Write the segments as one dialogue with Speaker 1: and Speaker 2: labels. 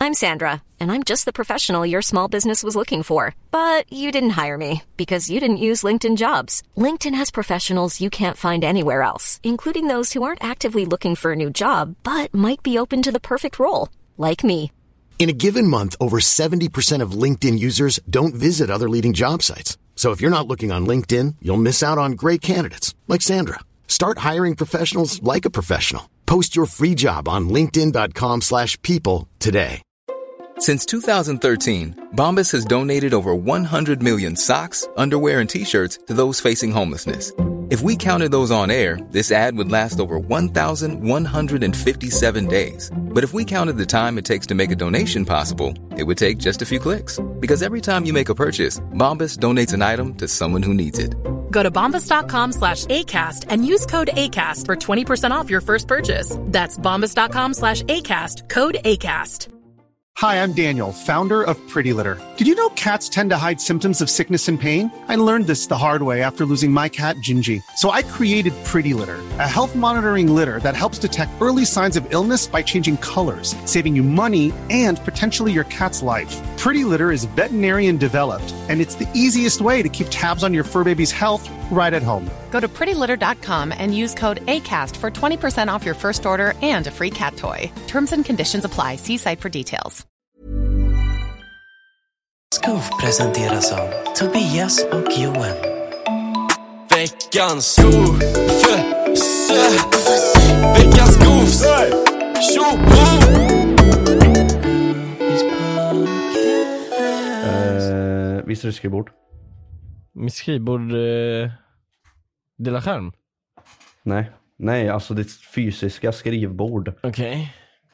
Speaker 1: I'm Sandra, and I'm just the professional your small business was looking for. But you didn't hire me because you didn't use LinkedIn Jobs. LinkedIn has professionals you can't find anywhere else, including those who aren't actively looking for a new job, but might be open to the perfect role, like me.
Speaker 2: In a given month, over 70% of LinkedIn users don't visit other leading job sites. So if you're not looking on LinkedIn, you'll miss out on great candidates like Sandra. Start hiring professionals like a professional. Post your free job on linkedin.com/people today.
Speaker 3: Since 2013, Bombas has donated over 100 million socks, underwear, and T-shirts to those facing homelessness. If we counted those on air, this ad would last over 1,157 days. But if we counted the time it takes to make a donation possible, it would take just a few clicks. Because every time you make a purchase, Bombas donates an item to someone who needs it.
Speaker 4: Go to bombas.com/ACAST and use code ACAST for 20% off your first purchase. That's bombas.com/ACAST, code ACAST.
Speaker 5: Hi, I'm Daniel, founder of Pretty Litter. Did you know cats tend to hide symptoms of sickness and pain? I learned this the hard way after losing my cat, Gingy. So I created Pretty Litter, a health monitoring litter that helps detect early signs of illness by changing colors, saving you money and potentially your cat's life. Pretty Litter is veterinarian developed, and it's the easiest way to keep tabs on your fur baby's health right at home.
Speaker 4: Go to prettylitter.com and use code ACAST for 20% off your first order and a free cat toy. Terms and conditions apply. See site for details.
Speaker 6: Skoof presenteras av Tobias och Johan.
Speaker 7: Veckans skoof. Veckans skoofs.
Speaker 8: Visst är det skrivbord?
Speaker 9: Mitt skrivbord dela skärm?
Speaker 8: Nej, alltså ditt fysiska skrivbord.
Speaker 9: Okej.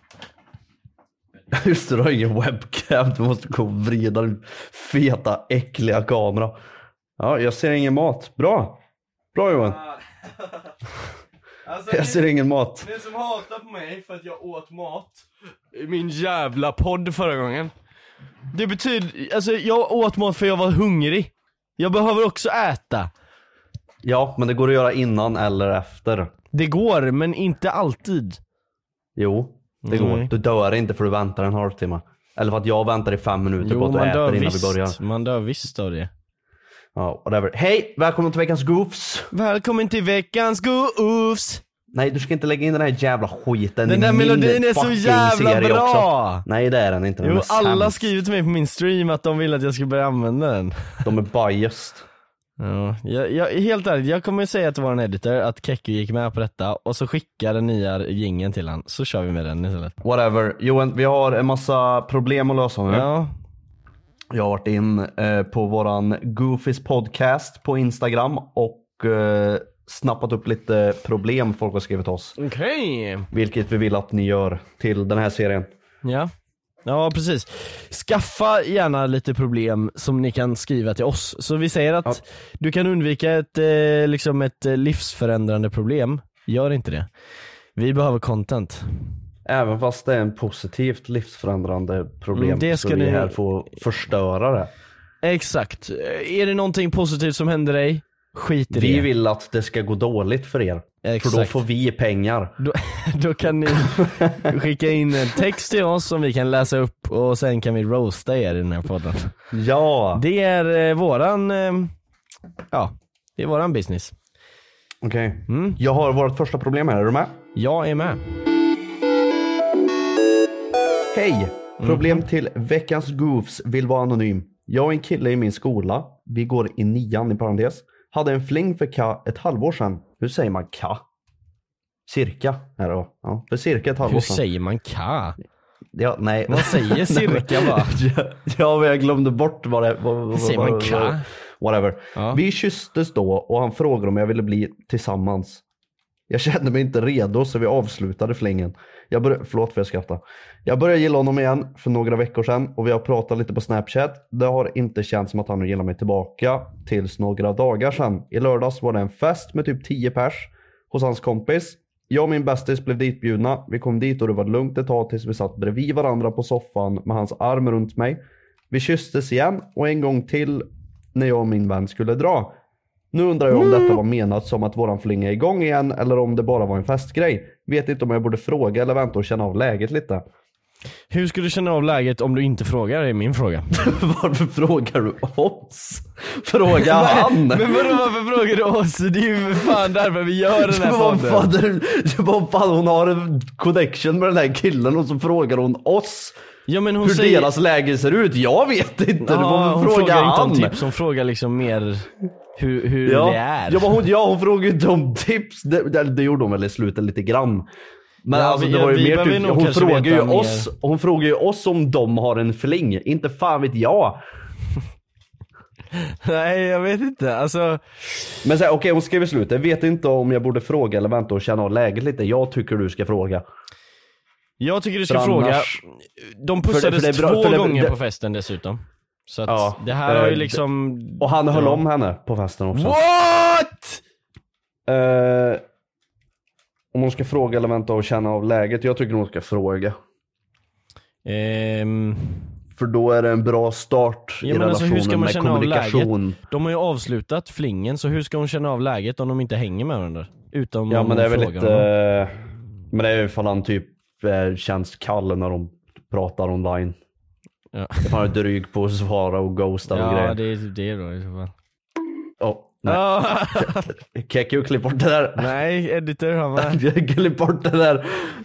Speaker 8: Just det, du har ingen webcam. Du måste gå och vrida din feta, äckliga kamera. Ja, jag ser ingen mat. Bra Johan.
Speaker 9: Alltså,
Speaker 8: jag ser ingen mat.
Speaker 9: Ni som hatar på mig för att jag åt mat i min jävla podd förra gången. Det betyder, alltså jag åt mat för jag var hungrig. Jag behöver också äta.
Speaker 8: Ja, men det går att göra innan eller efter.
Speaker 9: Det går, men inte alltid.
Speaker 8: Jo, det går. Du dör inte för du väntar en halvtimme. Eller för att jag väntar i 5 minuter på att du äter innan vi börjar.
Speaker 9: Man dör visst av det.
Speaker 8: Ja, whatever. Hej, välkommen till veckans goofs.
Speaker 9: Välkommen till veckans goofs.
Speaker 8: Nej, du ska inte lägga in den här jävla skiten.
Speaker 9: Den där melodin är så jävla bra också.
Speaker 8: Nej, det är den inte.
Speaker 9: Jo, alla skriver till mig på min stream att de vill att jag ska börja använda den.
Speaker 8: De är biased.
Speaker 9: Ja, jag helt ärligt, jag kommer säga till vår editor att Kekki gick med på detta och så skickar den nya jingeln till han, så kör vi med den istället.
Speaker 8: Whatever. Johan, vi har en massa problem att lösa nu.
Speaker 9: Ja.
Speaker 8: Jag har varit in på våran Goofies podcast på Instagram och snappat upp lite problem folk har skrivit oss.
Speaker 9: Okej.
Speaker 8: Vilket vi vill att ni gör till den här serien.
Speaker 9: Ja, precis. Skaffa gärna lite problem som ni kan skriva till oss. Så vi säger att du kan undvika ett livsförändrande problem. Gör inte det. Vi behöver content.
Speaker 8: Även fast det är en positivt livsförändrande problem,
Speaker 9: det ska
Speaker 8: så vi
Speaker 9: ni
Speaker 8: här får förstöra det.
Speaker 9: Exakt. Är det någonting positivt som händer dig? Skit i det.
Speaker 8: Vi vill att det ska gå dåligt för er.
Speaker 9: Exakt.
Speaker 8: För då får vi pengar.
Speaker 9: Då kan ni skicka in en text till oss som vi kan läsa upp och sen kan vi roasta er i den här podden.
Speaker 8: Ja.
Speaker 9: Det är våran business.
Speaker 8: Okej. Jag har vårt första problem här, är du med?
Speaker 9: Jag är med.
Speaker 8: Hej! Problem till veckans goofs, vill vara anonym. Jag och en kille i min skola, vi går i 9:an i parentes, hade en fling för ett halvår sedan. Hur säger man cirka är det då. Ja, för cirka ett halvår sedan.
Speaker 9: Hur säger man
Speaker 8: Ja, nej.
Speaker 9: Man säger cirka va?
Speaker 8: Ja, jag glömde bort vad det var.
Speaker 9: Säger man
Speaker 8: Whatever.
Speaker 9: Ja.
Speaker 8: Vi kysstes då och han frågade om jag ville bli tillsammans. Jag kände mig inte redo så vi avslutade flingen. Förlåt för jag skrattar. Jag började gilla honom igen för några veckor sedan och vi har pratat lite på Snapchat. Det har inte känts som att han nu gillar mig tillbaka tills några dagar sedan. I lördags var det en fest med typ 10 pers hos hans kompis. Jag och min bästis blev ditbjudna. Vi kom dit och det var lugnt ett tag tills vi satt bredvid varandra på soffan med hans arm runt mig. Vi kysstes igen och en gång till när jag och min vän skulle dra. Nu undrar jag om detta var menat som att våran fling är igång igen eller om det bara var en festgrej. Vet inte om jag borde fråga eller vänta och känna av läget lite.
Speaker 9: Hur skulle du känna av läget om du inte frågar, är min fråga.
Speaker 8: Varför frågar du oss? Fråga han.
Speaker 9: Men vadå, varför frågar du oss? Det är ju fan därför vi gör den här podden.
Speaker 8: Vad fan, hon har en connection med den här killen och så frågar hon oss.
Speaker 9: Ja, men hon
Speaker 8: hur
Speaker 9: säger...
Speaker 8: deras läge ser ut. Jag vet inte, du får
Speaker 9: fråga
Speaker 8: fråga
Speaker 9: inte
Speaker 8: han.
Speaker 9: om tips, hon frågar liksom mer hur det är.
Speaker 8: Hon frågar inte om tips. Det gjorde hon väl i slutet lite grann. Men
Speaker 9: ja,
Speaker 8: alltså, det var ju mer typ, hon frågar ju oss om de har en fling. Inte fan vet jag.
Speaker 9: Nej, jag vet inte. Alltså...
Speaker 8: Men så okej, hon skrev i slutet. Jag vet inte om jag borde fråga eller vänta och känna av läget lite. Jag tycker du ska fråga.
Speaker 9: Jag tycker du ska fråga. De pussades två gånger på festen dessutom. Så att det här har ju liksom...
Speaker 8: Och han höll om henne på festen också.
Speaker 9: What?
Speaker 8: Om hon ska fråga eller vänta och känna av läget. Jag tycker hon ska fråga. För då är det en bra start i relationen,
Speaker 9: alltså, hur ska man
Speaker 8: med
Speaker 9: känna
Speaker 8: kommunikation.
Speaker 9: Av läget? De har ju avslutat flingen, så hur ska hon känna av läget om de inte hänger med varandra? Utan
Speaker 8: men det är väl lite... Men det är ju ifall han typ känns kall när de pratar online. Ja. Han är dryg på att svara och ghostar och grejer.
Speaker 9: Ja, det är det då i så fall.
Speaker 8: Nej. Kekko, klipp bort det där.
Speaker 9: Nej, editor han var.
Speaker 8: Klipp bort det där.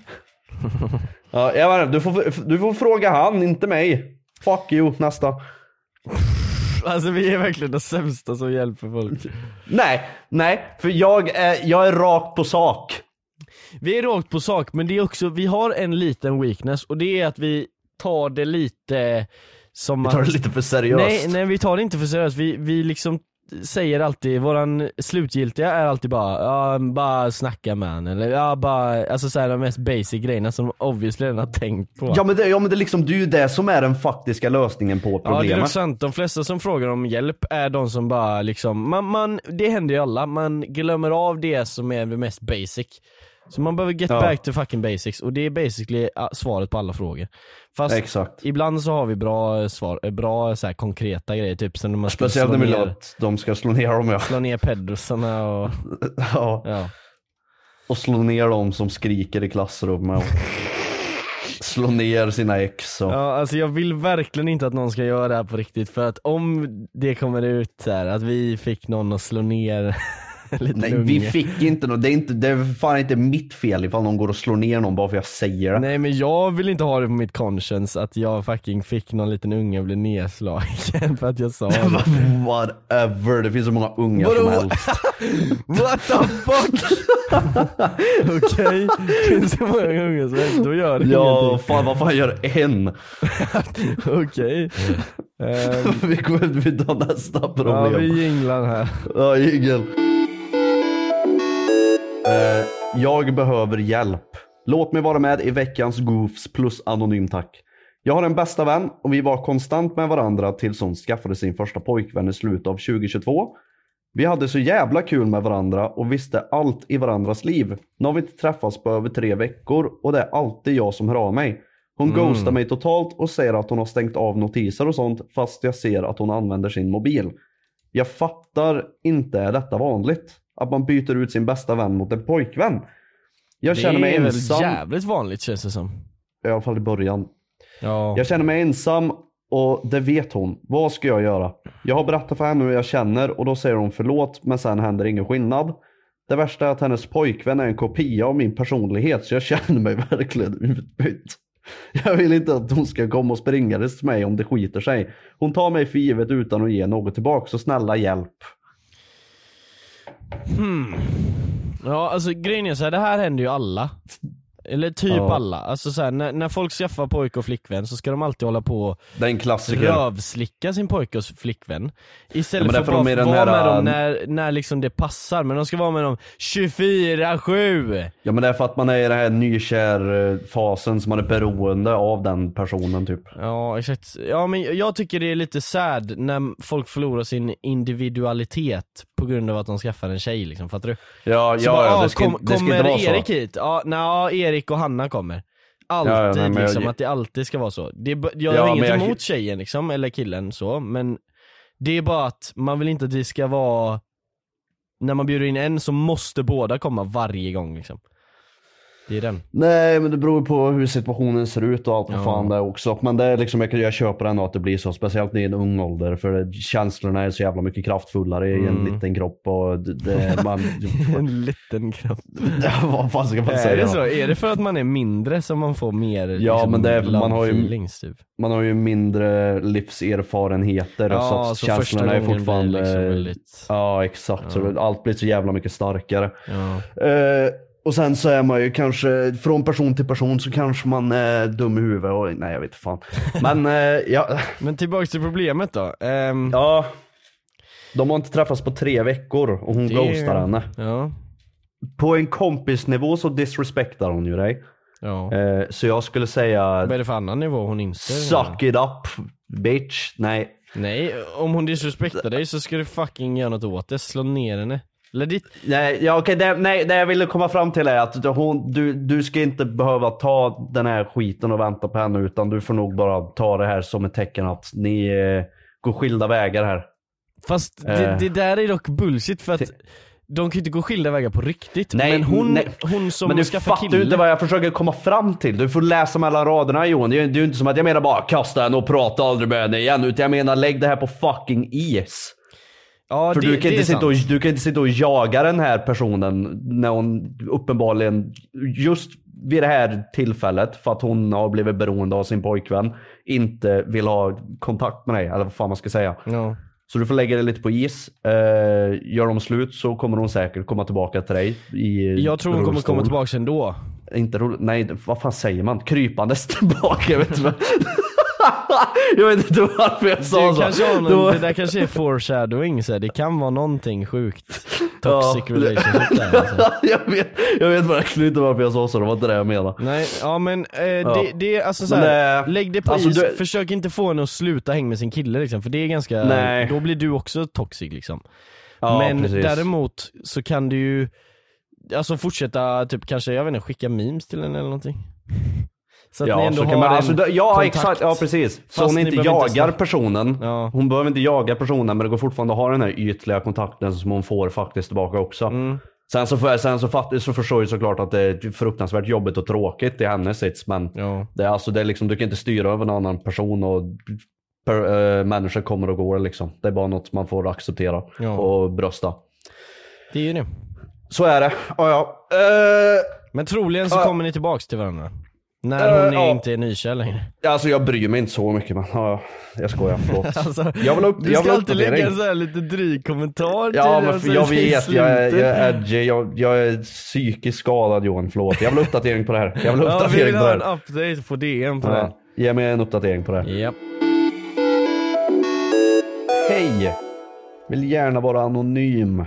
Speaker 8: Ja, du får fråga han, inte mig. Fuck you, nästa.
Speaker 9: Alltså vi är verkligen de sämsta som hjälper folk.
Speaker 8: Nej, för jag är rakt på sak.
Speaker 9: Vi är rakt på sak, men det är också, vi har en liten weakness, och det är att vi tar det lite som
Speaker 8: vi tar det lite för seriöst.
Speaker 9: Nej, vi tar det inte för seriöst. Vi liksom säger alltid, våran slutgiltiga är alltid bara snacka med han, eller bara, alltså så här, de mest basic grejerna som obviously redan har tänkt på.
Speaker 8: Ja men det är liksom, det är ju det som är den faktiska lösningen på problemet.
Speaker 9: Ja, det är sant. De flesta som frågar om hjälp är de som bara liksom, det händer ju alla, man glömmer av det som är det mest basic. Så man behöver get back to fucking basics, och det är basically svaret på alla frågor. Fast
Speaker 8: exakt.
Speaker 9: Ibland så har vi bra svar, bra så här konkreta grejer, typ som när man
Speaker 8: speciellt när vi vill att de ska slå ner dem,
Speaker 9: slå ner pedrosarna och
Speaker 8: ja. Och slå ner dem som skriker i klassrummet och slå ner sina ex och...
Speaker 9: Ja, alltså jag vill verkligen inte att någon ska göra det här på riktigt, för att om det kommer ut så här att vi fick någon att slå ner
Speaker 8: nej, vi fick inte något. Det är fan inte mitt fel ifall någon går och slår ner någon bara för jag säger det.
Speaker 9: Nej, men jag vill inte ha det på mitt conscience att jag fucking fick någon liten unge och blev nedslagen för att jag sa det.
Speaker 8: Whatever, det finns så många unga som helst.
Speaker 9: What the fuck? Okej, det finns så många unga som helst, då gör det ingenting.
Speaker 8: Fan, vad fan gör en?
Speaker 9: Okej.
Speaker 8: Vi tar nästa problem.
Speaker 9: Ja, vi jinglar här.
Speaker 8: Ja, jingel. Jag behöver hjälp. Låt mig vara med i veckans goofs plus anonym tack. Jag har en bästa vän och vi var konstant med varandra tills hon skaffade sin första pojkvän i slutet av 2022. Vi hade så jävla kul med varandra och visste allt i varandras liv. Nu har vi inte träffats på över 3 veckor och det är alltid jag som hör av mig. Hon ghostar mig totalt och säger att hon har stängt av notiser och sånt fast jag ser att hon använder sin mobil. Jag fattar inte, är detta vanligt? Att man byter ut sin bästa vän mot en pojkvän. Jag känner mig ensam.
Speaker 9: Det är väl jävligt vanligt, känns det som.
Speaker 8: I alla fall i början.
Speaker 9: Ja.
Speaker 8: Jag känner mig ensam och det vet hon. Vad ska jag göra? Jag har berättat för henne hur jag känner och då säger hon förlåt, men sen händer ingen skillnad. Det värsta är att hennes pojkvän är en kopia av min personlighet, så jag känner mig verkligen utbytt. Jag vill inte att hon ska komma och springa till mig om det skiter sig. Hon tar mig för givet utan att ge något tillbaka, så snälla hjälp.
Speaker 9: Ja, alltså grejen är så här, det här händer ju alla. Eller typ alla. Alltså så här, när folk skaffar pojk och flickvän så ska de alltid hålla på och rövslicka sin pojk och flickvän. Istället för att bara vara med dem när liksom det passar. Men de ska vara med dem 24/7.
Speaker 8: Ja, men det är för att man är i den här nykär-fasen som man är beroende av den personen typ.
Speaker 9: Ja, exakt. Ja, men jag tycker det är lite sad när folk förlorar sin individualitet på grund av att de skaffar en tjej liksom, fattar du?
Speaker 8: Ja,
Speaker 9: det ska
Speaker 8: inte vara så.
Speaker 9: Erik hit? Ja, Erik och Hanna kommer. Alltid liksom, att det alltid ska vara så. Jag har inget emot tjejen liksom, eller killen så, men det är bara att man vill inte att det ska vara, när man bjuder in en så måste båda komma varje gång liksom. Det är den.
Speaker 8: Nej, men det beror på hur situationen ser ut och allt vad fan det är också. Men det är liksom, jag köper ändå att det blir så. Speciellt i en ung ålder. För känslorna är så jävla mycket kraftfullare i en liten kropp. Och
Speaker 9: en liten kropp.
Speaker 8: Vad fan ska man säga?
Speaker 9: Är det så? Är det för att man är mindre som man får mer
Speaker 8: liksom, men det är,
Speaker 9: feelings, typ?
Speaker 8: Man har ju mindre livserfarenheter.
Speaker 9: Ja, så känslorna är fortfarande liksom väldigt...
Speaker 8: Ja, exakt. Så allt blir så jävla mycket starkare. Och sen så är man ju kanske, från person till person så kanske man är dum i huvudet och nej, jag vet inte fan. Men ja.
Speaker 9: Men tillbaka till problemet då.
Speaker 8: Ja, de har inte träffats på 3 veckor och hon ghostar henne.
Speaker 9: Ja.
Speaker 8: På en kompisnivå så disrespektar hon ju dig.
Speaker 9: Ja.
Speaker 8: Så jag skulle säga...
Speaker 9: Vad är det för annan nivå hon inte...
Speaker 8: Suck it up, bitch. Nej,
Speaker 9: om hon disrespektar dig så ska du fucking göra något åt det. Slå ner henne.
Speaker 8: Nej, ja, okej, det jag ville komma fram till är att du ska inte behöva ta den här skiten och vänta på henne, utan du får nog bara ta det här som ett tecken att ni går skilda vägar här.
Speaker 9: Fast det där är dock bullshit, för att de kan inte gå skilda vägar på riktigt.
Speaker 8: Nej,
Speaker 9: men hon som
Speaker 8: men du
Speaker 9: skaffar
Speaker 8: fattar ju inte vad jag försöker komma fram till. Du får läsa mellan raderna, Johan. Det är ju inte som att jag menar bara kasta henne och prata aldrig med henne igen, utan jag menar lägg det här på fucking is.
Speaker 9: Ja,
Speaker 8: för du kan inte sitta och jaga den här personen när hon uppenbarligen just vid det här tillfället, för att hon har blivit beroende av sin pojkvän, inte vill ha kontakt med dig, eller vad fan man ska säga.
Speaker 9: Ja.
Speaker 8: Så du får lägga det lite på is. Gör de slut så kommer hon säkert komma tillbaka till dig
Speaker 9: jag tror hon kommer komma tillbaka ändå.
Speaker 8: Nej, vad fan säger man? Krypandes tillbaka, jag vet inte. Jag vet inte varför jag sa så.
Speaker 9: Det där kanske är foreshadowing, så det kan vara någonting sjukt. Toxic relationship där, alltså.
Speaker 8: jag vet verkligen inte varför jag sa så. Det var inte det jag menade.
Speaker 9: Nej, ja men det alltså så här, lägg det på alltså, is. Försök inte få henne att sluta hänga med sin kille liksom, för det är ganska... Nej. Då blir du också toxic liksom. Ja, men precis. Däremot så kan du ju alltså fortsätta typ kanske, jag vet inte, skicka memes till henne eller någonting. Så att ni ändå så kan man, alltså,
Speaker 8: exakt, ja precis. Så hon inte jagar personen. Ja. Hon behöver inte jaga personen, men det går fortfarande att ha den här ytliga kontakten som hon får faktiskt tillbaka också. Sen så förstår jag såklart att det är fruktansvärt jobbigt och tråkigt i hennes sits, men det är liksom, du kan inte styra över en annan person, och människor kommer och går liksom. Det är bara något man får acceptera och brösta.
Speaker 9: Det är ju det.
Speaker 8: Så är det.
Speaker 9: Men troligen så kommer ni tillbaks till varandra. När hon inte är nykär längre.
Speaker 8: Alltså jag bryr mig inte så mycket, men jag skojar, förlåt.
Speaker 9: Alltså, du ska alltid lägga en så här lite dryg kommentar till.
Speaker 8: Ja, men jag vet, jag är edgy, jag är psykiskt skadad, Johan, förlåt. Jag vill uppdatering på det här.
Speaker 9: Vi vill ha en update på DM på det här.
Speaker 8: Ge mig en uppdatering på det här.
Speaker 9: Yep.
Speaker 8: Hej! Vill gärna vara anonym.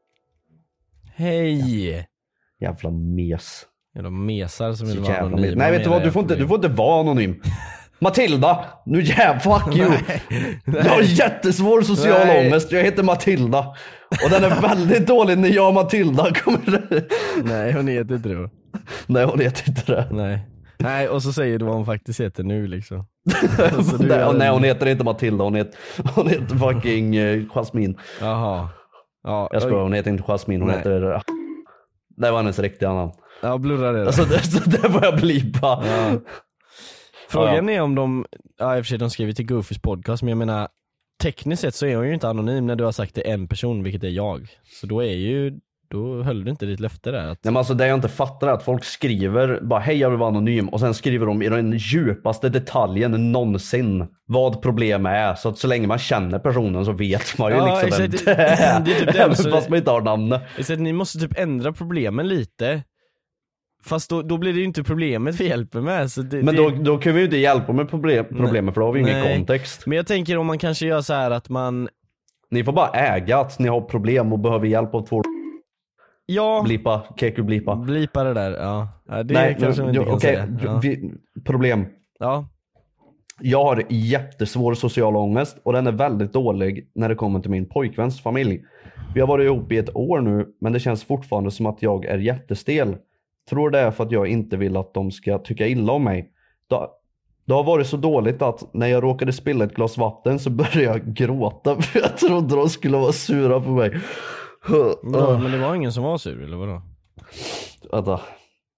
Speaker 9: Hej!
Speaker 8: Jävla mes.
Speaker 9: Jävla mesar som vill vara anonym.
Speaker 8: Nej, vet du vad? Du får inte vara anonym. Matilda! Nu fuck you! Jag har jättesvår social ångest. Jag heter Matilda. Och den är väldigt dålig när jag och Matilda kommer.
Speaker 9: Nej, hon heter inte det.
Speaker 8: Nej, hon heter inte det.
Speaker 9: Nej, och så säger du vad hon faktiskt heter nu liksom.
Speaker 8: Nej, hon heter inte Matilda. Hon heter fucking Jasmin.
Speaker 9: Jaha. Ja,
Speaker 8: jag skojar, hon heter inte Jasmin. Hon heter... Det var hennes riktiga namn.
Speaker 9: Ja, blurrar det.
Speaker 8: Alltså det får jag blipa.
Speaker 9: Ja. Frågan är om de... Ja, i och för sig de skriver till Goofys podcast, men jag menar, tekniskt sett så är hon ju inte anonym när du har sagt det en person, vilket är jag. Så då höll du inte ditt löfte där.
Speaker 8: Nej, men alltså det jag inte fattar är att folk skriver bara hej, jag vill vara anonym, och sen skriver de i den djupaste detaljen någonsin vad problemet är, så att så länge man känner personen så vet man ju liksom vem det är. Även fast man inte har namnet.
Speaker 9: Ni måste typ ändra problemen lite. Fast då blir det ju inte problemet vi hjälper med, så
Speaker 8: men då kan vi ju inte hjälpa med problemet, för då har vi ingen kontext.
Speaker 9: Men jag tänker om man kanske gör så här att man...
Speaker 8: Ni får bara äga att ni har problem och behöver hjälp av två.
Speaker 9: Ja.
Speaker 8: Blipa
Speaker 9: det där, ja. Det kanske man inte kan säga.
Speaker 8: Problem.
Speaker 9: Ja.
Speaker 8: Jag har jättesvår social ångest, och den är väldigt dålig när det kommer till min pojkväns familj. Vi har varit ihop i 1 år nu, men det känns fortfarande som att jag är jättestel. Tror det är för att jag inte vill att de ska tycka illa om mig. Det har varit så dåligt att när jag råkade spilla ett glas vatten så började jag gråta, för jag trodde de skulle vara sura på mig.
Speaker 9: Ja, men det var ingen som var sur, eller vadå?
Speaker 8: Vänta.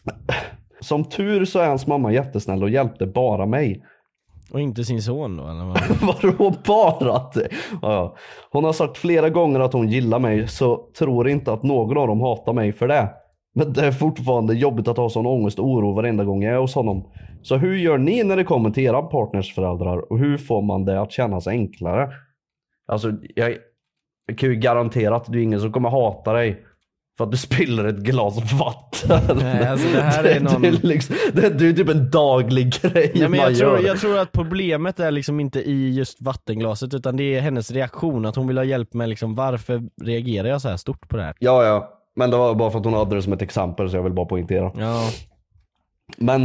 Speaker 8: Som tur så är hans mamma jättesnäll och hjälpte bara mig.
Speaker 9: Och inte sin son då? Eller
Speaker 8: Vadå bara? Ja. Hon har sagt flera gånger att hon gillar mig, så tror inte att någon av dem hatar mig för det. Men det är fortfarande jobbigt att ha sån ångest och oro varenda gång jag är hos honom. Så hur gör ni när det kommer till era partners föräldrar? Och hur får man det att kännas enklare? Alltså jag kan ju garantera att det är ingen som kommer hata dig för att du spiller ett glas vatten.
Speaker 9: Nej, alltså det här är någon...
Speaker 8: det är typ en daglig grej.
Speaker 9: Nej, men jag tror att problemet är liksom inte i just vattenglaset, utan det är hennes reaktion. Att hon vill ha hjälp med liksom, varför reagerar jag så här stort på det här?
Speaker 8: Ja. Men det var bara för att hon hade det som ett exempel, så jag vill bara poängtera.
Speaker 9: Ja.
Speaker 8: Men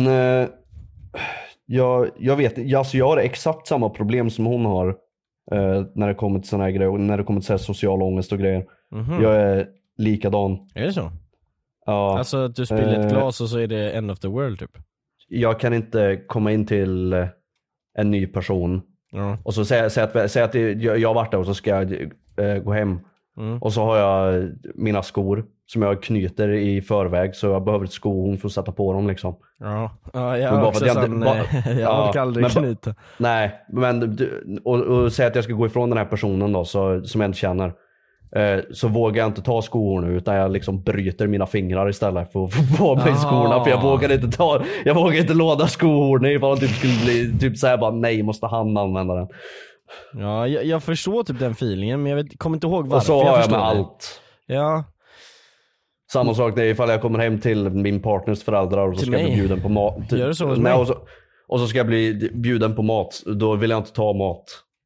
Speaker 8: jag vet, alltså jag har exakt samma problem som hon har när det kommer till såna här grejer, när det kommer till social ångest och grejer.
Speaker 9: Mm-hmm.
Speaker 8: Jag är likadan.
Speaker 9: Är det så?
Speaker 8: Ja.
Speaker 9: Alltså att du spiller ett glas och så är det end of the world typ?
Speaker 8: Jag kan inte komma in till en ny person och så säga att jag har varit där och så ska jag gå hem. Och så har jag mina skor som jag knyter i förväg, så jag behöver ett skohorn för att sätta på dem liksom.
Speaker 9: Ja, jag har också sån, jag orkar aldrig knyta.
Speaker 8: Nej, men och säga att jag ska gå ifrån den här personen då, som jag inte känner. Så vågar jag inte ta skohorn utan jag liksom bryter mina fingrar istället för att få på mig skorna, för jag vågar inte låda skohorn ifall typ skulle bli typ så här bara nej, måste han använda den.
Speaker 9: Ja, jag förstår typ den feelingen, men jag kommer inte ihåg varför.
Speaker 8: Och så har jag med allt.
Speaker 9: Ja.
Speaker 8: Samma sak ifall jag kommer hem till min partners föräldrar och så ska jag bli bjuden på mat.
Speaker 9: Gör det så hos mig?
Speaker 8: Och så ska jag bli bjuden på mat. Då vill jag inte ta mat.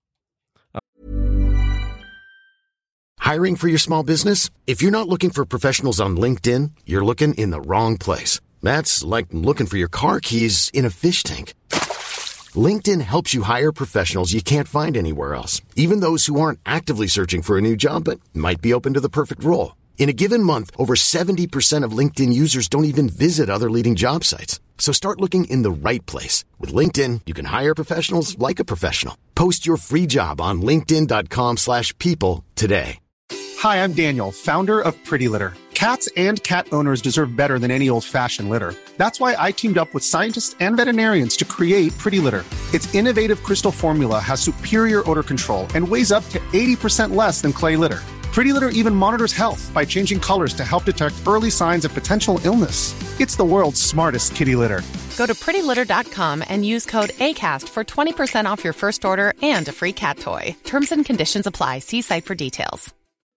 Speaker 2: Hiring for your small business? If you're not looking for professionals on LinkedIn, you're looking in the wrong place. That's like looking for your car keys in a fish tank. LinkedIn helps you hire professionals you can't find anywhere else, even those who aren't actively searching for a new job but might be open to the perfect role. In a given month, over 70% of LinkedIn users don't even visit other leading job sites. So start looking in the right place. With LinkedIn, you can hire professionals like a professional. Post your free job on linkedin.com/people today.
Speaker 5: Hi, I'm Daniel, founder of Pretty Litter. Cats and cat owners deserve better than any old-fashioned litter. That's why I teamed up with scientists and veterinarians to create Pretty Litter. Its innovative crystal formula has superior odor control and weighs up to 80% less than clay litter. Pretty Litter even monitors health by changing colors to help detect early signs of potential illness. It's the world's smartest kitty litter.
Speaker 7: Go to prettylitter.com and use code ACAST for 20% off your first order and a free cat toy. Terms and conditions apply. See site for details.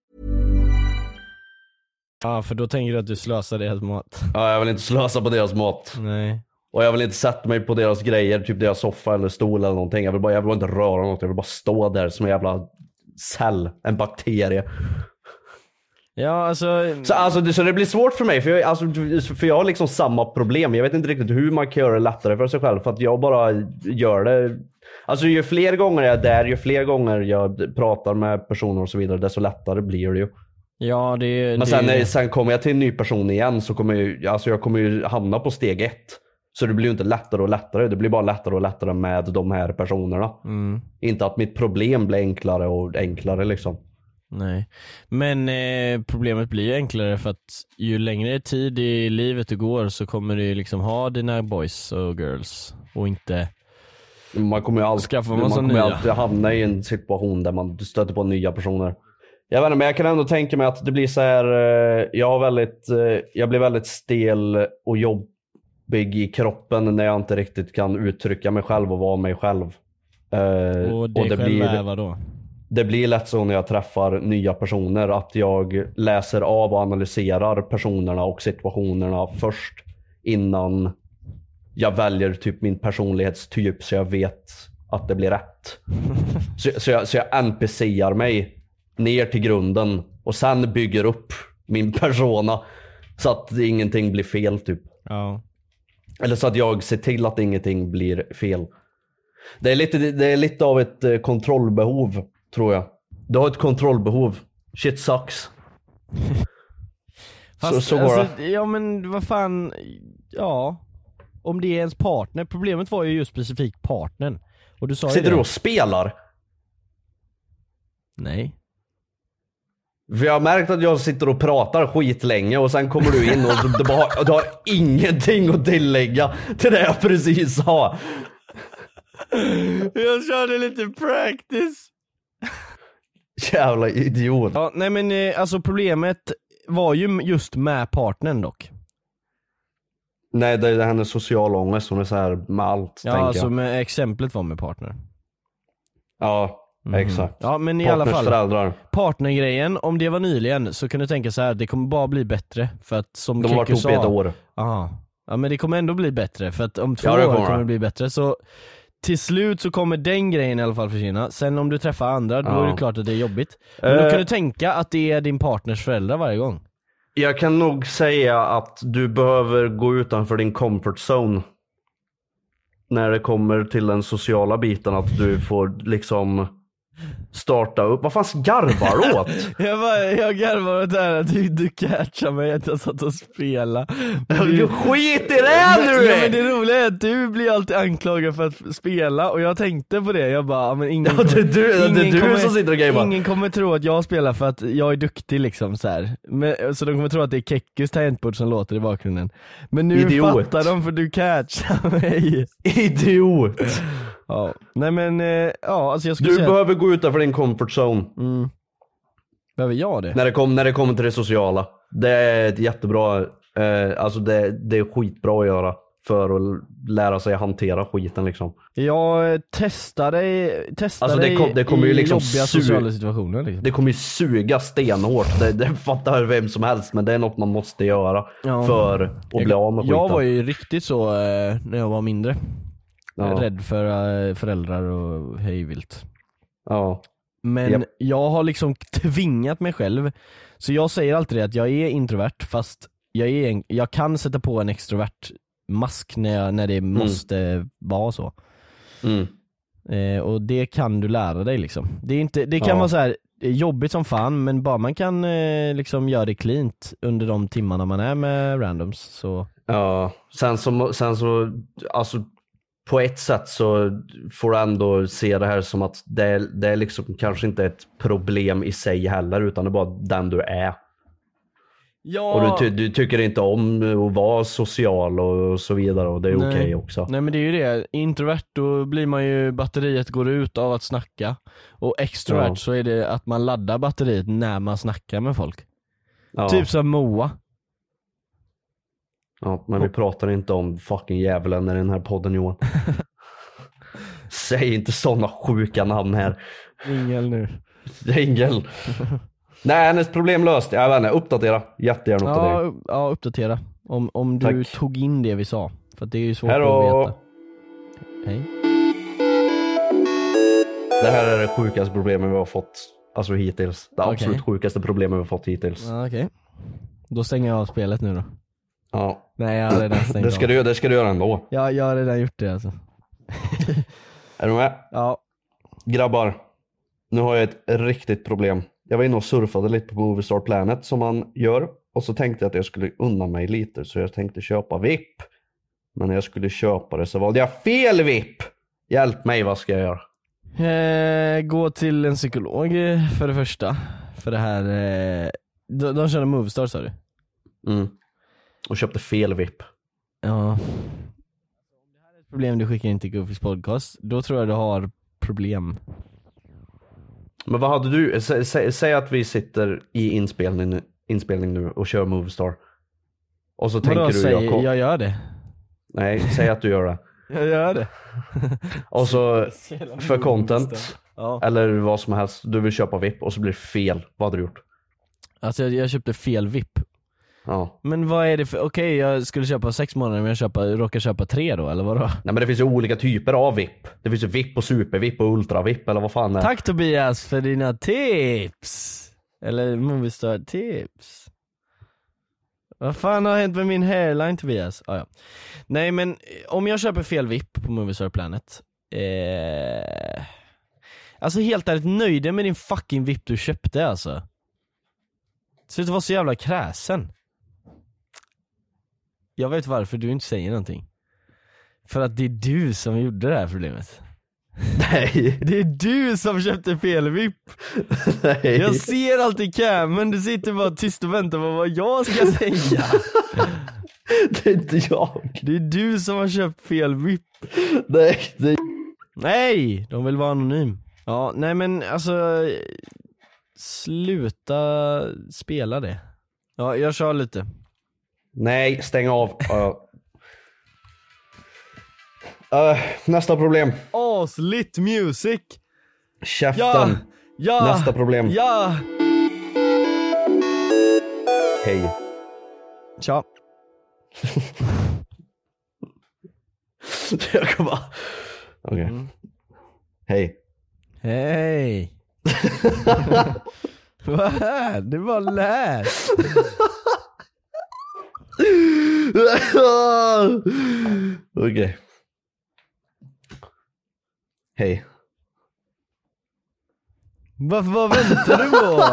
Speaker 9: Ja, för då tänker du att du slösar deras mat.
Speaker 8: Ja, jag vill inte slösa på deras mat.
Speaker 9: Nej.
Speaker 8: Och jag vill inte sätta mig på deras grejer, typ deras soffa eller stol eller någonting. Jag vill bara inte röra något, jag vill bara stå där som en jävla cell, en bakterie.
Speaker 9: Ja, alltså...
Speaker 8: Så det blir svårt för mig, för jag har liksom samma problem. Jag vet inte riktigt hur man kan göra det lättare för sig själv, för att jag bara gör det. Alltså ju fler gånger jag är där, ju fler gånger jag pratar med personer och så vidare, desto lättare blir det ju.
Speaker 9: Ja,
Speaker 8: men sen kommer jag till en ny person igen, så kommer jag kommer ju hamna på steg 1. Så det blir ju inte lättare och lättare. Det blir bara lättare och lättare med de här personerna. Inte att mitt problem blir enklare och enklare liksom.
Speaker 9: Nej, men problemet blir ju enklare för att ju längre tid i livet du går så kommer du liksom ha dina boys och girls och inte...
Speaker 8: Man kommer ju alltid hamna i en situation där man stöter på nya personer. Jag vet inte, men jag kan ändå tänka mig att det blir så här. Jag blir väldigt stel och jobbig i kroppen när jag inte riktigt kan uttrycka mig själv och vara mig själv.
Speaker 9: Och det blir vadå?
Speaker 8: Det blir lätt så när jag träffar nya personer att jag läser av och analyserar personerna och situationerna först innan jag väljer typ min personlighetstyp, så jag vet att det blir rätt. så jag NPC:ar mig ner till grunden och sen bygger upp min persona så att ingenting blir fel typ.
Speaker 9: Ja.
Speaker 8: Eller så att jag ser till att ingenting blir fel. Det är lite av ett kontrollbehov, tror jag. Du har ett kontrollbehov. Shit sucks.
Speaker 9: Fast, så går det. Ja, men vad fan. Ja. Om det är ens partner. Problemet var ju just specifikt partnern. Och du sa
Speaker 8: sitter du och spelar?
Speaker 9: Nej.
Speaker 8: För jag har märkt att jag sitter och pratar skitlänge och sen kommer du in och du har ingenting att tillägga till det jag precis sa.
Speaker 9: Jag körde lite practice.
Speaker 8: Jävla idiot.
Speaker 9: Ja, nej men alltså problemet var ju just med partnern dock.
Speaker 8: Nej, det är hennes social ångest. Hon är så här med allt,
Speaker 9: ja,
Speaker 8: tänker
Speaker 9: alltså
Speaker 8: jag.
Speaker 9: med exemplet var med partner.
Speaker 8: Ja, exakt.
Speaker 9: Ja, men i
Speaker 8: Partners
Speaker 9: alla fall
Speaker 8: föräldrar.
Speaker 9: Partnergrejen, om det var nyligen så kan du tänka så här: det kommer bara bli bättre. För att som
Speaker 8: De har varit ihop i ett år.
Speaker 9: Aha. Ja, men det kommer ändå bli bättre. För att om 2
Speaker 8: Ja, det
Speaker 9: år
Speaker 8: kommer
Speaker 9: kommer det bli bättre. Så till slut så kommer den grejen i alla fall försvinna. Sen om du träffar andra, då är det klart att det är jobbigt. Men då kan du tänka att det är din partners föräldrar varje gång.
Speaker 8: Jag kan nog säga att du behöver gå utanför din comfort zone när det kommer till den sociala biten, att du får liksom starta upp. Vad fan garvar du åt?
Speaker 9: jag garvar åt det här att du catchar mig att jag satt och spelade.
Speaker 8: Du skit i det nu!
Speaker 9: Ja, men det roliga är att du blir alltid anklagad för att spela. Och jag tänkte på det, jag bara, men ingen
Speaker 8: det är du som sitter och gamer.
Speaker 9: Ingen kommer tro att jag spelar för att jag är duktig liksom så här. Men, så de kommer tro att det är Kekkos tangentbord som låter i bakgrunden. Men nu fattar de, för du catchar mig.
Speaker 8: Idiot.
Speaker 9: Ja, nej men ja, alltså jag skulle
Speaker 8: du
Speaker 9: säga
Speaker 8: behöver gå utanför din comfort zone.
Speaker 9: Behöver jag det?
Speaker 8: När det kommer till det sociala. Det är ett jättebra, alltså det är skitbra att göra för att lära sig att hantera skiten liksom.
Speaker 9: Jag testade
Speaker 8: alltså det kommer ju liksom
Speaker 9: jobbiga sociala situationer liksom.
Speaker 8: Det kommer ju suga stenhårt. Det fattar vem som helst, men det är något man måste göra för att bli av med skiten.
Speaker 9: Jag var ju riktigt så när jag var mindre. Rädd för föräldrar och hejvilt.
Speaker 8: Ja.
Speaker 9: Men jag har liksom tvingat mig själv. Så jag säger alltid det, att jag är introvert, fast jag kan sätta på en extrovert mask när det måste vara så. Och det kan du lära dig liksom. Det kan vara så här jobbigt som fan, men bara man kan liksom göra det cleant under de timmarna man är med randoms så. Ja,
Speaker 8: sen så alltså på ett sätt så får du ändå se det här som att det är liksom kanske inte ett problem i sig heller, utan det är bara den du är. Ja. Och du tycker inte om att vara social och så vidare, och det är okej också.
Speaker 9: Nej, men det är ju det. Introvert, då blir man ju, batteriet går ut av att snacka. Och extrovert så är det att man laddar batteriet när man snackar med folk. Typ som Moa.
Speaker 8: Ja, men vi pratar inte om fucking djävulen i den här podden, Johan. Säg inte sådana sjuka namn här.
Speaker 9: Ingel nu.
Speaker 8: Ingel. Nej, hennes problem löst. Jag vet inte, uppdatera. Jättegärna uppdatera.
Speaker 9: Ja, uppdatera. Om du tog in det vi sa. För det är ju svårt att veta. Hej.
Speaker 8: Det här är det sjukaste problemet vi har fått. Alltså hittills. Det absolut sjukaste problemet vi har fått hittills.
Speaker 9: Ja, okej. Då stänger jag av spelet nu då.
Speaker 8: Ja.
Speaker 9: Nej, jag har redan stängt
Speaker 8: det ska du göra ändå.
Speaker 9: Ja, jag har redan gjort det alltså.
Speaker 8: Är du med?
Speaker 9: Ja.
Speaker 8: Grabbar, nu har jag ett riktigt problem. Jag var inne och surfade lite på Movistar Planet som man gör. Och så tänkte jag att jag skulle unna mig lite. Så jag tänkte köpa VIP. Men när jag skulle köpa det så valde jag fel VIP. Hjälp mig, vad ska jag göra?
Speaker 9: Gå till en psykolog för det första. För det här de kör Movistar, sa du?
Speaker 8: Och köpte fel VIP.
Speaker 9: Ja. Om det här är ett problem du skickar in till Goofys podcast, då tror jag du har problem.
Speaker 8: Men vad hade du? Säg att vi sitter i inspelning nu och kör Movistar. Och så tänker du
Speaker 9: jag gör det.
Speaker 8: Nej, säg att du gör det.
Speaker 9: Jag gör det.
Speaker 8: Och så för content eller vad som helst, du vill köpa VIP och så blir det fel. Vad hade du gjort?
Speaker 9: Alltså jag köpte fel VIP.
Speaker 8: Ja.
Speaker 9: Men vad är det för, okej, jag skulle köpa 6 månader, men jag råkar köpa 3 då, eller vadå?
Speaker 8: Nej, men det finns ju olika typer av VIP. Det finns ju VIP och super-VIP och ultra-VIP, eller vad fan är det?
Speaker 9: Tack Tobias för dina tips. Eller Movistar-tips. Vad fan har hänt med min hairline, Tobias? Ja. Nej, men om jag köper fel VIP på Movistar Planet, alltså helt ärligt, nöjde med din fucking VIP du köpte alltså. Sluta vara så jävla kräsen. Jag vet varför du inte säger någonting. För att det är du som gjorde det här problemet.
Speaker 8: Nej.
Speaker 9: Det är du som köpte fel vipp.
Speaker 8: Nej.
Speaker 9: Jag ser alltid camen, du sitter bara tyst och väntar på vad jag ska säga.
Speaker 8: Det är inte jag.
Speaker 9: Det är du som har köpt fel vipp.
Speaker 8: Nej,
Speaker 9: Nej, de vill vara anonym. Ja, nej men alltså, sluta spela det. Ja, jag kör lite.
Speaker 8: Nej, stäng av. Nästa problem.
Speaker 9: Aslit music.
Speaker 8: Käften.
Speaker 9: Ja.
Speaker 8: Nästa problem.
Speaker 9: Ja.
Speaker 8: Hej.
Speaker 9: Tja.
Speaker 8: Jag kommer bara... Okej. Hej.
Speaker 9: Hej. Vad? Det var läs.
Speaker 8: Okej. Hej.
Speaker 9: Vad väntar du på?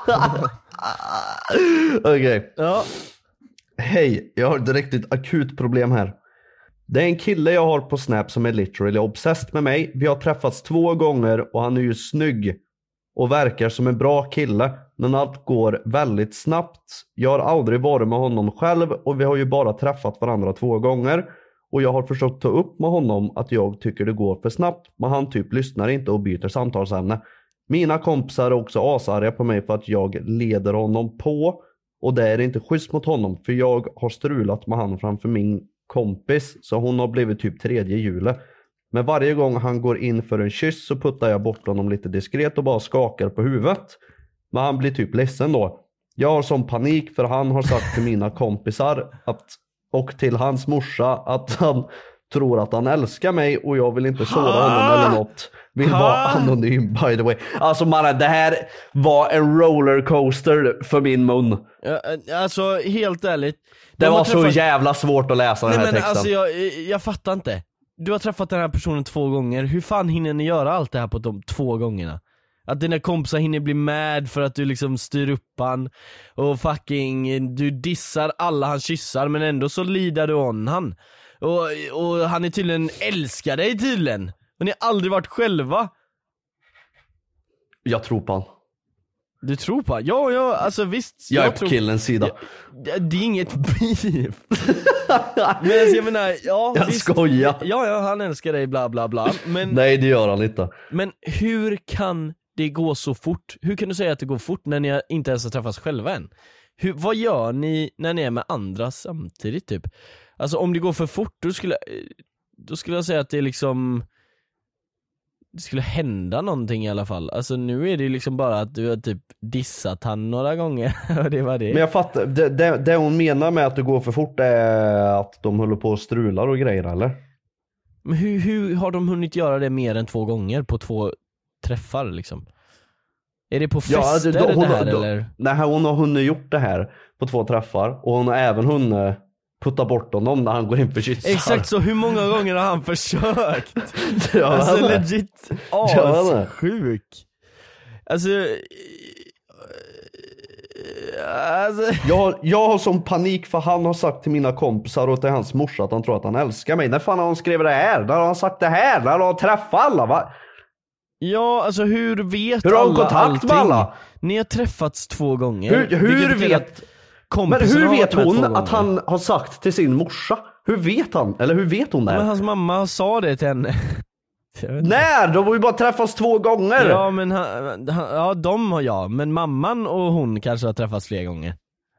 Speaker 8: Okej.
Speaker 9: Ja.
Speaker 8: Hej, jag har ett riktigt akut problem här. Det är en kille jag har på Snap som är literally obsessed med mig. Vi har träffats 2 gånger och han är ju snygg och verkar som en bra kille, men allt går väldigt snabbt. Jag har aldrig varit med honom själv och vi har ju bara träffat varandra 2 gånger. Och jag har försökt ta upp med honom att jag tycker det går för snabbt, men han typ lyssnar inte och byter samtalsämne. Mina kompisar är också asarga på mig för att jag leder honom på, och det är inte schysst mot honom för jag har strulat med han framför min kompis, så hon har blivit typ 3:e hjulet. Men varje gång han går in för en kyss så puttar jag bort honom lite diskret och bara skakar på huvudet. Men han blir typ ledsen då. Jag har sån panik för han har sagt till mina kompisar och till hans morsa att han tror att han älskar mig och jag vill inte såra honom eller något. Vill vara anonym, by the way. Alltså mannen, det här var en rollercoaster för min mun.
Speaker 9: Alltså helt ärligt,
Speaker 8: det var så jävla svårt att läsa den här texten.
Speaker 9: Alltså jag fattar inte. Du har träffat den här personen 2 gånger. Hur fan hinner ni göra allt det här på de 2 gångerna? Att dina kompisar hinner bli mad för att du liksom styr upp han och fucking du dissar alla han kyssar, men ändå så lider du on han. Och han är tydligen älskar dig tydligen. Och ni har aldrig varit själva.
Speaker 8: Jag tror på han.
Speaker 9: Du tror på han? Ja, alltså visst.
Speaker 8: Jag är på killens sida.
Speaker 9: Det är inget beef. Men alltså, jag menar, ja,
Speaker 8: jag
Speaker 9: visst.
Speaker 8: skojar.
Speaker 9: Ja, han älskar dig bla bla bla. Men,
Speaker 8: nej, det gör han inte.
Speaker 9: Men hur kan det gå så fort? Hur kan du säga att det går fort när ni inte ens har träffats själva än? Vad gör ni när ni är med andra samtidigt typ? Alltså om det går för fort, då skulle jag säga att det är liksom, det skulle hända någonting i alla fall. Alltså nu är det liksom bara att du har typ dissat han några gånger. Och det var det.
Speaker 8: Men jag fattar, det hon menar med att det går för fort är att de håller på och strular och grejer, eller?
Speaker 9: Men hur har de hunnit göra det mer än 2 gånger på 2 träffar liksom? Är det på fester det här eller? Nej,
Speaker 8: hon har hunnit gjort det här på 2 träffar. Och hon har även hunnit putta bort honom när han går in för kyssar.
Speaker 9: Exakt, så hur många gånger har han försökt? Alltså legit sjuk. Alltså
Speaker 8: jag har sån panik för han har sagt till mina kompisar och till hans morsa att han tror att han älskar mig. När fan har han skrivit det här? När har han sagt det här? När har han träffat alla? Va?
Speaker 9: Ja, alltså hur vet
Speaker 8: hur har
Speaker 9: alla
Speaker 8: kontakt
Speaker 9: allting?
Speaker 8: Med alla?
Speaker 9: Ni har träffats 2 gånger.
Speaker 8: Hur vet hon att han har sagt till sin morsa? Hur vet han? Eller hur vet hon det?
Speaker 9: Men hans mamma sa det till henne.
Speaker 8: När? De har ju bara träffats 2 gånger.
Speaker 9: Ja, men de har jag. Men mamman och hon kanske har träffats fler gånger.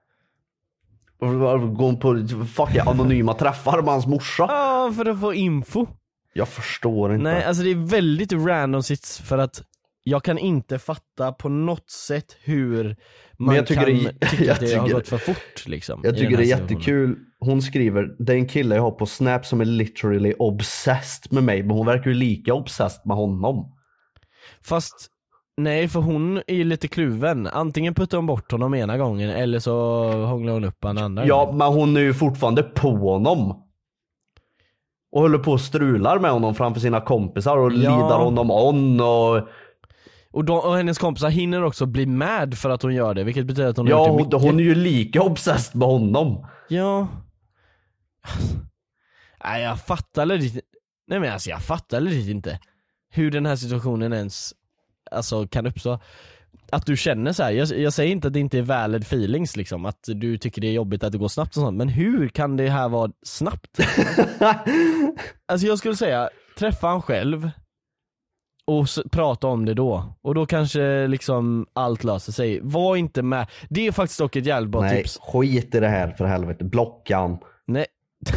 Speaker 8: Gå på fucking anonyma träffar med hans morsa.
Speaker 9: Ja, för att få info.
Speaker 8: Jag förstår inte.
Speaker 9: Nej, alltså det är väldigt random sits för att jag kan inte fatta på något sätt hur man tycka att det har gått för fort liksom.
Speaker 8: Jag tycker det är jättekul. Hon skriver, det är en kille jag har på Snap som är literally obsessed med mig, men hon verkar ju lika obsessed med honom.
Speaker 9: Fast nej, för hon är ju lite kluven. Antingen puttar hon bort honom ena gången eller så hånglar hon upp en andra
Speaker 8: Ja,
Speaker 9: gång.
Speaker 8: men hon är ju fortfarande på honom. Och håller på och strular med honom framför sina kompisar och lidar honom on
Speaker 9: och hennes kompisar hinner också bli mad för att hon gör det, vilket betyder att hon
Speaker 8: har
Speaker 9: gjort det mycket.
Speaker 8: Hon är ju lika obsessed med honom.
Speaker 9: Ja. Nej, jag fattar lite. Nej men alltså jag fattar lite inte. hur den här situationen ens alltså, kan uppstå. Att du känner så här, jag säger inte att det inte är valid feelings liksom, att du tycker det är jobbigt att det går snabbt och sånt, men hur kan det här vara snabbt? Alltså jag skulle säga, träffa han själv och prata om det då. Och då kanske liksom allt löser sig. Var inte med. Det är faktiskt dock ett jävligt bra tips.
Speaker 8: Skit i det här för helvete. Blocka han.
Speaker 9: Nej.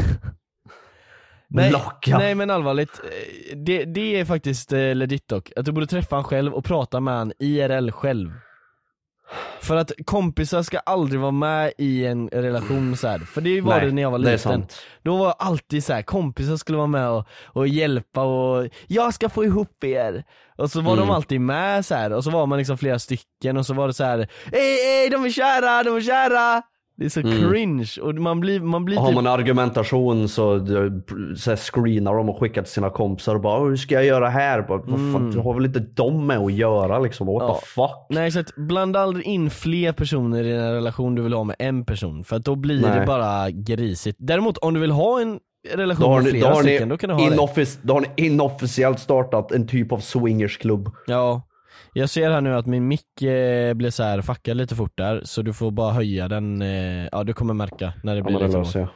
Speaker 9: Nej men allvarligt. Det är faktiskt legit dock. Att du borde träffa han själv och prata med han IRL själv. För att kompisar ska aldrig vara med i en relation så här. För det var det när jag var liten. Då var alltid så här, kompisar skulle vara med och hjälpa och jag ska få ihop er. Och så var de alltid med så här. Och så var man liksom flera stycken och så var det så här: Ey, de är kära. Det är så cringe. Och man blir
Speaker 8: har man argumentation så screenar de och skickar till sina kompisar och bara, hur ska jag göra här? Vad fan, du har väl inte de med att göra liksom, what the fuck?
Speaker 9: Nej, så att blanda aldrig in fler personer i en relation du vill ha med en person, för att då blir det bara grisigt. Däremot om du vill ha en relation med flera stycken, då kan du ha det.
Speaker 8: Då har ni inofficiellt startat en typ av swingersklubb.
Speaker 9: Ja. Jag ser här nu att min mick blev så här fuckad lite fort där, så du får bara höja den. Ja, du kommer märka när det blir liksom.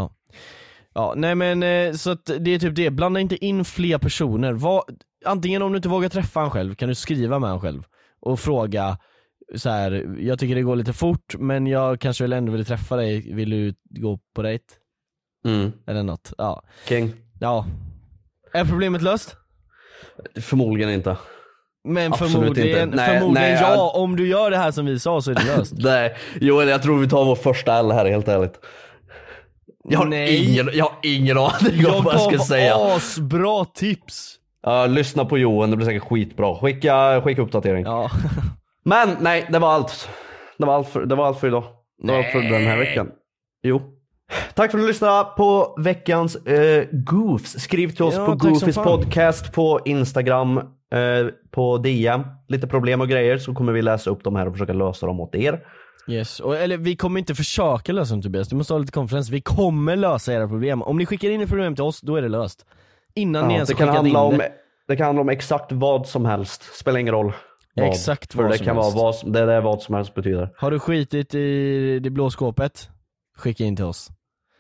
Speaker 9: Ja, nej men så att det är typ det. Blanda inte in fler personer. Antingen om du inte vågar träffa han själv, kan du skriva med han själv och fråga så här: jag tycker det går lite fort, men jag kanske ändå vill träffa dig. Vill du gå på dejt? Eller något. Ja.
Speaker 8: King.
Speaker 9: Ja. Är problemet löst?
Speaker 8: Förmodligen inte.
Speaker 9: Men förmodligen ja, om du gör det här som vi sa så är det löst.
Speaker 8: Nej, jag tror vi tar vår första L här, helt ärligt. Jag har ingen aning om vad jag ska säga.
Speaker 9: Asbra tips.
Speaker 8: Lyssna på Johan, det blir säkert skitbra. Skicka uppdatering.
Speaker 9: Ja.
Speaker 8: Men nej, det var allt. Det var allt för idag. Det var allt för den här veckan. Jo. Tack för att du lyssnade på veckans goofs. Skriv till oss på Goofies podcast på Instagram, på DM. Lite problem och grejer, så kommer vi läsa upp dem här och försöka lösa dem åt er.
Speaker 9: Yes, eller vi kommer inte försöka lösa dem, Tobias. Du måste ha lite konferens. Vi kommer lösa era problem. Om ni skickar in ett problem till oss, då är det löst. Innan ni ens skickat in det.
Speaker 8: Det kan handla om exakt vad som helst. Spelar ingen roll.
Speaker 9: Exakt vad som helst.
Speaker 8: Det är vad som helst betyder.
Speaker 9: Har du skitit i det blå skåpet? Skicka in till oss.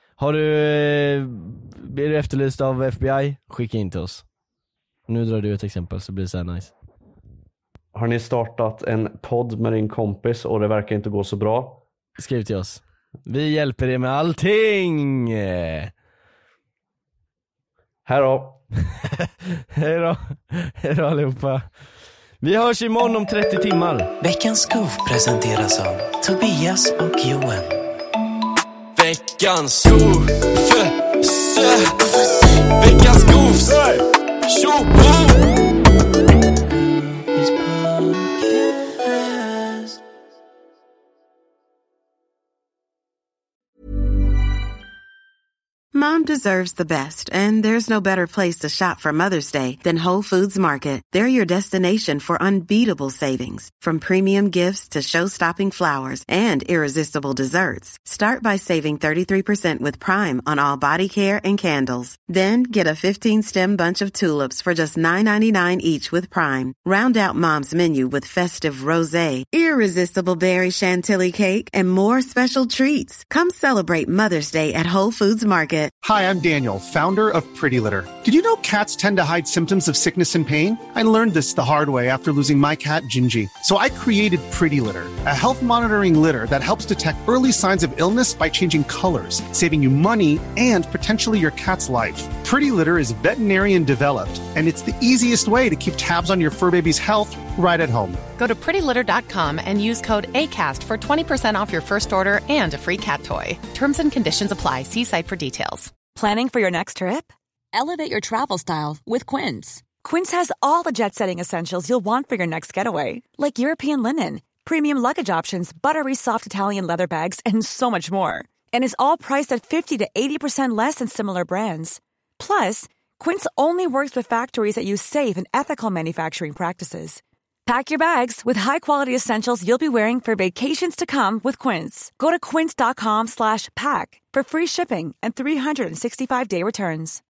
Speaker 9: Blir du efterlyst av FBI? Skicka in till oss. Nu drar du ett exempel så blir det så här nice.
Speaker 8: Har ni startat en podd med din kompis och det verkar inte gå så bra?
Speaker 9: Skriv till oss. Vi hjälper dig med allting.
Speaker 8: Hej då.
Speaker 9: Hej då allihopa. Vi hörs imorgon om 30 timmar.
Speaker 6: Veckans goof presenteras av Tobias och Johan.
Speaker 10: Veckans goof. Veckans goofs.
Speaker 11: Mom deserves the best, and there's no better place to shop for Mother's Day than Whole Foods Market. They're your destination for unbeatable savings, from premium gifts to show-stopping flowers and irresistible desserts. Start by saving 33% with Prime on all body care and candles. Then get a 15-stem bunch of tulips for just $9.99 each with Prime. Round out Mom's menu with festive rosé, irresistible berry chantilly cake, and more special treats. Come celebrate Mother's Day at Whole Foods Market.
Speaker 5: Hi, I'm Daniel, founder of Pretty Litter. Did you know cats tend to hide symptoms of sickness and pain? I learned this the hard way after losing my cat, Gingy. So I created Pretty Litter, a health monitoring litter that helps detect early signs of illness by changing colors, saving you money and potentially your cat's life. Pretty Litter is veterinarian developed, and it's the easiest way to keep tabs on your fur baby's health right at home.
Speaker 7: Go to prettylitter.com and use code ACAST for 20% off your first order and a free cat toy. Terms and conditions apply. See site for details.
Speaker 12: Planning for your next trip? Elevate your travel style with Quince. Quince has all the jet-setting essentials you'll want for your next getaway, like European linen, premium luggage options, buttery soft Italian leather bags, and so much more. And is all priced at 50 to 80% less than similar brands. Plus, Quince only works with factories that use safe and ethical manufacturing practices. Pack your bags with high-quality essentials you'll be wearing for vacations to come with Quince. Go to quince.com/pack for free shipping and 365-day returns.